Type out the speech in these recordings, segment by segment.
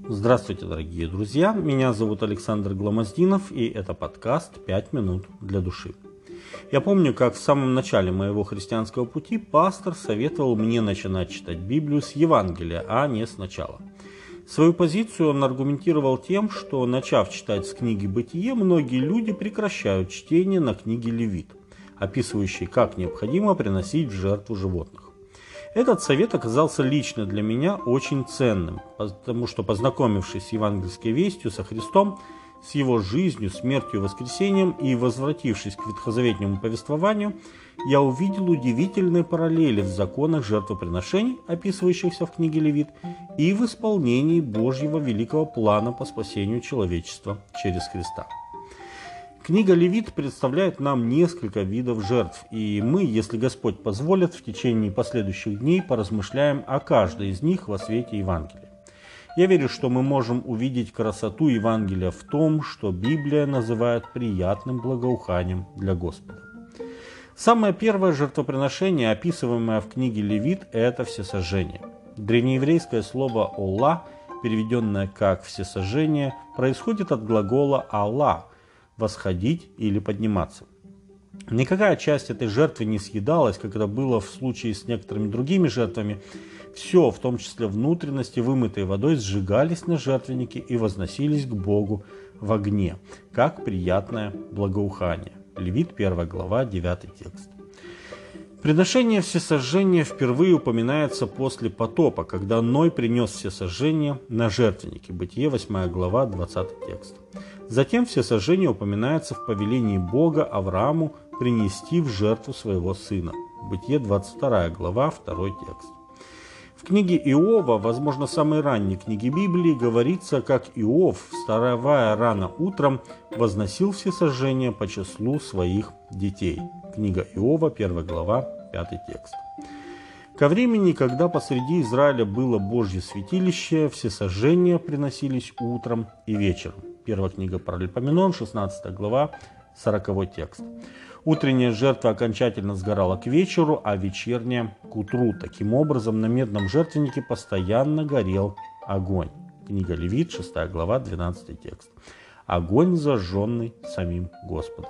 Здравствуйте, дорогие друзья! Меня зовут Александр Гломоздинов, и это подкаст «5 минут для души». Я помню, как в самом начале моего христианского пути пастор советовал мне начинать читать Библию с Евангелия, а не сначала. Свою позицию он аргументировал тем, что, начав читать с книги «Бытие», многие люди прекращают чтение на книге «Левит», описывающей, как необходимо приносить в жертву животных. Этот совет оказался лично для меня очень ценным, потому что, познакомившись с евангельской вестью со Христом, с его жизнью, смертью и воскресением и возвратившись к ветхозаветнему повествованию, я увидел удивительные параллели в законах жертвоприношений, описывающихся в книге Левит, и в исполнении Божьего великого плана по спасению человечества через Христа. Книга Левит представляет нам несколько видов жертв, и мы, если Господь позволит, в течение последующих дней поразмышляем о каждой из них во свете Евангелия. Я верю, что мы можем увидеть красоту Евангелия в том, что Библия называет приятным благоуханием для Господа. Самое первое жертвоприношение, описываемое в книге Левит, это всесожжение. Древнееврейское слово «ола», переведенное как «всесожжение», происходит от глагола «ала», восходить или подниматься. Никакая часть этой жертвы не съедалась, как это было в случае с некоторыми другими жертвами. Все, в том числе внутренности, вымытой водой, сжигались на жертвеннике и возносились к Богу в огне, как приятное благоухание. Левит 1 глава, 9 текст. Приношение всесожжения впервые упоминается после потопа, когда Ной принес всесожжение на жертвеннике. Бытие 8 глава, 20 текст. Затем всесожжение упоминается в повелении Бога Аврааму принести в жертву своего сына. Бытие 22 глава, 2 текст. В книге Иова, возможно, самой ранней книге Библии, говорится, как Иов, вставая рано утром, возносил всесожжение по числу своих детей. Книга Иова, 1 глава, 5 текст. Ко времени, когда посреди Израиля было Божье святилище, всесожжения приносились утром и вечером. Первая книга Паралипоменон, 16 глава, 40 текст. Утренняя жертва окончательно сгорала к вечеру, а вечерняя к утру. Таким образом, на медном жертвеннике постоянно горел огонь. Книга Левит, 6 глава, 12 текст. Огонь, зажженный самим Господом.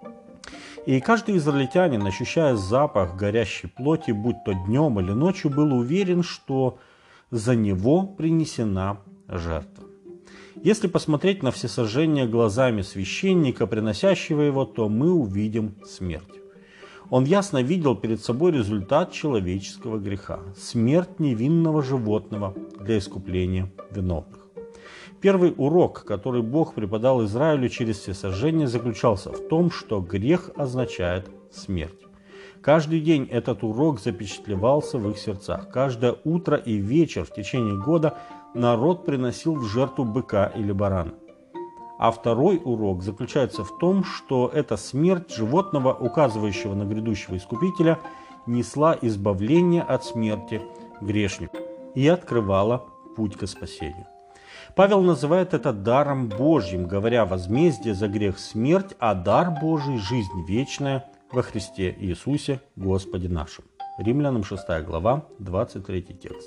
И каждый израильтянин, ощущая запах горящей плоти, будь то днем или ночью, был уверен, что за него принесена жертва. Если посмотреть на всесожжение глазами священника, приносящего его, то мы увидим смерть. Он ясно видел перед собой результат человеческого греха – смерть невинного животного для искупления виновных. Первый урок, который Бог преподал Израилю через всесожжение, заключался в том, что грех означает смерть. Каждый день этот урок запечатлевался в их сердцах. Каждое утро и вечер в течение года народ приносил в жертву быка или барана. А второй урок заключается в том, что эта смерть животного, указывающего на грядущего искупителя, несла избавление от смерти грешнику и открывала путь к спасению. Павел называет это даром Божьим, говоря: возмездие за грех смерть, а дар Божий – жизнь вечная во Христе Иисусе Господе нашим. Римлянам 6 глава, 23 текст.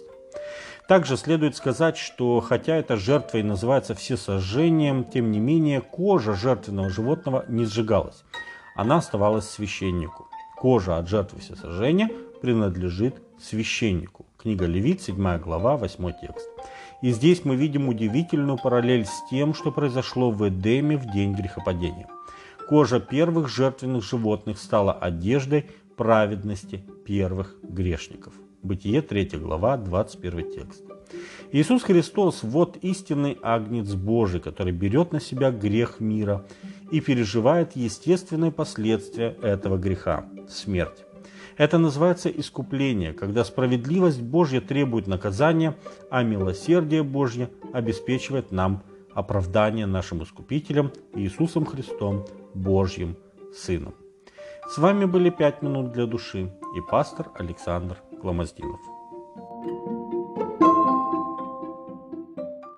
Также следует сказать, что хотя эта жертва и называется всесожжением, тем не менее кожа жертвенного животного не сжигалась. Она оставалась священнику. Кожа от жертвы всесожжения принадлежит священнику. Книга Левит, 7 глава, 8 текст. И здесь мы видим удивительную параллель с тем, что произошло в Эдеме в день грехопадения. Кожа первых жертвенных животных стала одеждой праведности первых грешников. Бытие 3 глава, 21 текст. Иисус Христос – вот истинный агнец Божий, который берет на себя грех мира и переживает естественные последствия этого греха – смерть. Это называется искупление, когда справедливость Божья требует наказания, а милосердие Божье обеспечивает нам оправдание нашим Искупителем Иисусом Христом, Божьим Сыном. С вами были 5 минут для души и пастор Александр Гломоздинов.